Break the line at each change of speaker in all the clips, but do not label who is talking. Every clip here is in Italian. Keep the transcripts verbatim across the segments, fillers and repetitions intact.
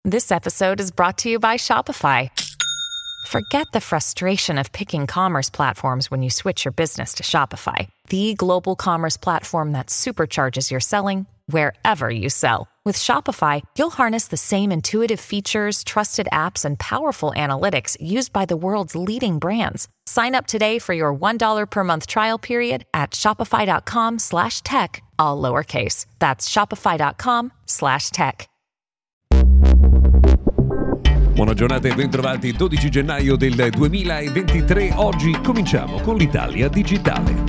This episode is brought to you by Shopify. Forget the frustration of picking commerce platforms when you switch your business to Shopify, the global commerce platform that supercharges your selling wherever you sell. With Shopify, you'll harness the same intuitive features, trusted apps, and powerful analytics used by the world's leading brands. Sign up today for your one dollar per month trial period at shopify.com slash tech, all lowercase. That's shopify.com slash tech.
Buona giornata e bentrovati, dodici gennaio del duemilaventitré. Oggi cominciamo con l'Italia digitale.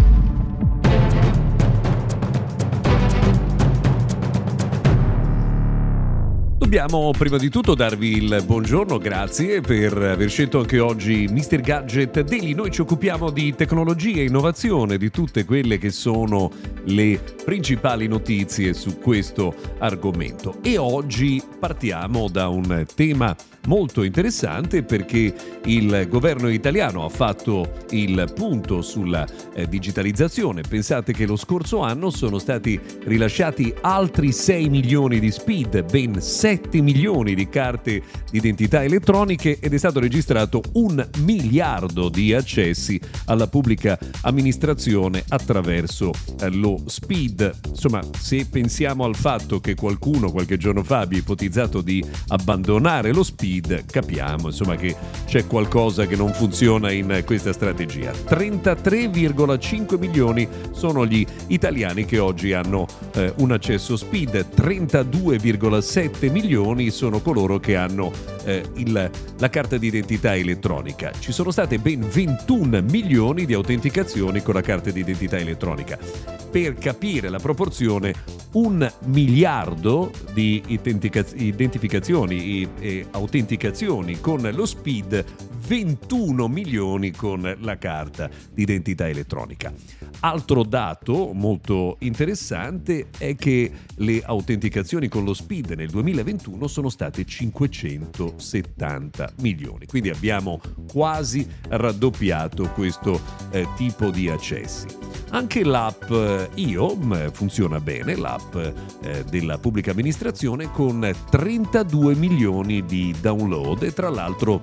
Dobbiamo prima di tutto darvi il buongiorno, grazie per aver scelto anche oggi mister Gadget Daily. Noi ci occupiamo di tecnologia e innovazione, di tutte quelle che sono le principali notizie su questo argomento. E oggi partiamo da un tema molto interessante perché il governo italiano ha fatto il punto sulla eh, digitalizzazione. Pensate che lo scorso anno sono stati rilasciati altri sei milioni di SPID, ben sette milioni di carte d'identità elettroniche ed è stato registrato un miliardo di accessi alla pubblica amministrazione attraverso eh, lo SPID. Insomma, se pensiamo al fatto che qualcuno qualche giorno fa abbia ipotizzato di abbandonare lo SPID, capiamo insomma che c'è qualcosa che non funziona in questa strategia. trentatré virgola cinque milioni sono gli italiani che oggi hanno eh, un accesso SPID, trentadue virgola sette milioni sono coloro che hanno eh, il, la carta d'identità elettronica. Ci sono state ben ventuno milioni di autenticazioni con la carta d'identità elettronica. Per capire la proporzione, un miliardo di identica- identificazioni e, e autenticazioni con lo SPID, ventuno milioni con la carta d'identità elettronica. Altro dato molto interessante è che le autenticazioni con lo SPID nel duemilaventuno sono state cinquecentosettanta milioni, quindi abbiamo quasi raddoppiato questo eh, tipo di accessi. Anche l'app I O funziona bene, l'app eh, della pubblica amministrazione, con trentadue milioni di download e tra l'altro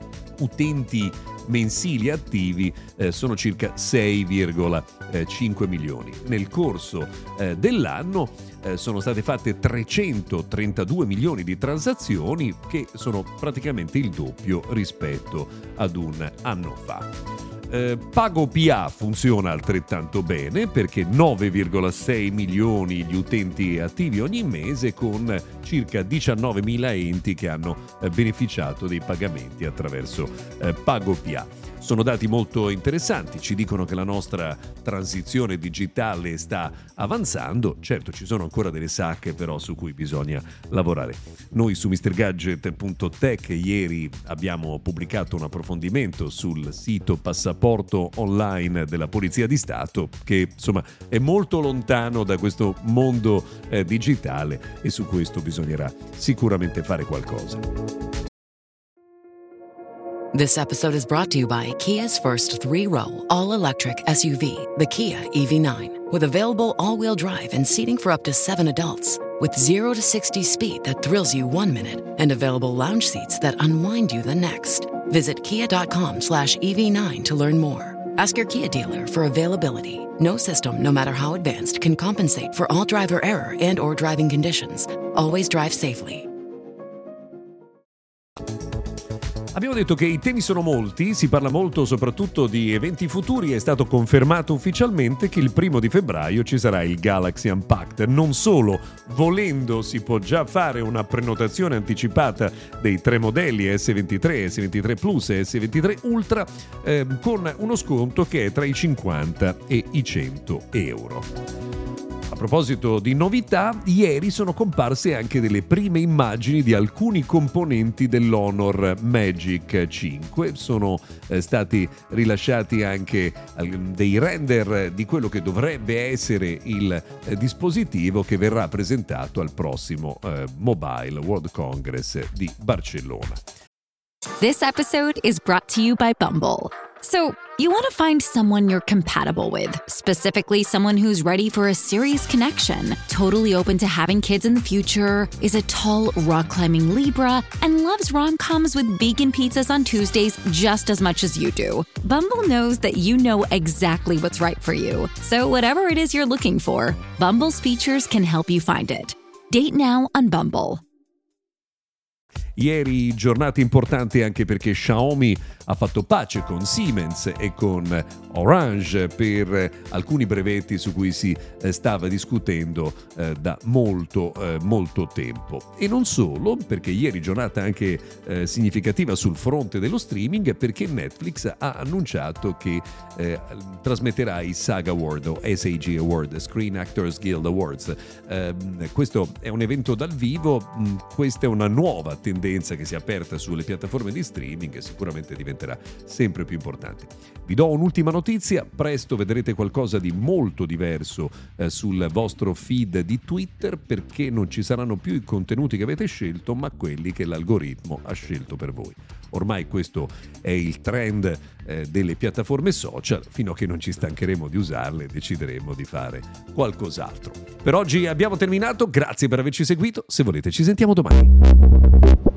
utenti mensili attivi eh, sono circa sei virgola cinque milioni. Nel corso eh, dell'anno eh, sono state fatte trecentotrentadue milioni di transazioni, che sono praticamente il doppio rispetto ad un anno fa. Eh, PagoPA funziona altrettanto bene perché nove virgola sei milioni gli utenti attivi ogni mese, con circa diciannovemila enti che hanno eh, beneficiato dei pagamenti attraverso eh, PagoPA. Sono dati molto interessanti, ci dicono che la nostra transizione digitale sta avanzando. Certo, ci sono ancora delle sacche però su cui bisogna lavorare. Noi su mister gadget punto tech ieri abbiamo pubblicato un approfondimento sul sito passaporto online della Polizia di Stato, che insomma è molto lontano da questo mondo eh, digitale, e su questo bisognerà sicuramente fare qualcosa.
This episode is brought to you by Kia's first three-row, all-electric S U V, the Kia E V nine, with available all-wheel drive and seating for up to seven adults, with zero to sixty speed that thrills you one minute and available lounge seats that unwind you the next. Visit kia.com slash EV9 to learn more. Ask your Kia dealer for availability. No system, no matter how advanced, can compensate for all driver error and or driving conditions. Always drive safely.
Abbiamo detto che i temi sono molti, si parla molto soprattutto di eventi futuri. È stato confermato ufficialmente che il primo di febbraio ci sarà il Galaxy Unpacked. Non solo, volendo si può già fare una prenotazione anticipata dei tre modelli S ventitré, S ventitré Plus e S ventitré Ultra eh, con uno sconto che è tra i cinquanta e i cento euro. A proposito di novità, ieri sono comparse anche delle prime immagini di alcuni componenti dell'Honor Magic cinque. Sono eh, stati rilasciati anche eh, dei render di quello che dovrebbe essere il eh, dispositivo che verrà presentato al prossimo eh, Mobile World Congress di Barcellona.
This episode is brought to you by Bumble. So, You want to find someone you're compatible with, specifically someone who's ready for a serious connection, totally open to having kids in the future, is a tall, rock-climbing Libra, and loves rom-coms with vegan pizzas on Tuesdays just as much as you do. Bumble knows that you know exactly what's right for you. So whatever it is you're looking for, Bumble's features can help you find it. Date now on Bumble.
Ieri giornata importante anche perché Xiaomi ha fatto pace con Siemens e con Orange per alcuni brevetti su cui si stava discutendo eh, da molto eh, molto tempo. E non solo, perché ieri giornata anche eh, significativa sul fronte dello streaming, perché Netflix ha annunciato che eh, trasmetterà i SAG Award o S A G Award, Screen Actors Guild Awards. Eh, questo è un evento dal vivo, questa è una nuova tendenza che si è aperta sulle piattaforme di streaming e sicuramente diventerà sempre più importante. Vi do un'ultima notizia: presto vedrete qualcosa di molto diverso eh, sul vostro feed di Twitter, perché non ci saranno più i contenuti che avete scelto, ma quelli che l'algoritmo ha scelto per voi. Ormai questo è il trend eh, delle piattaforme social, fino a che non ci stancheremo di usarle decideremo di fare qualcos'altro. Per oggi abbiamo terminato, grazie per averci seguito, se volete ci sentiamo domani.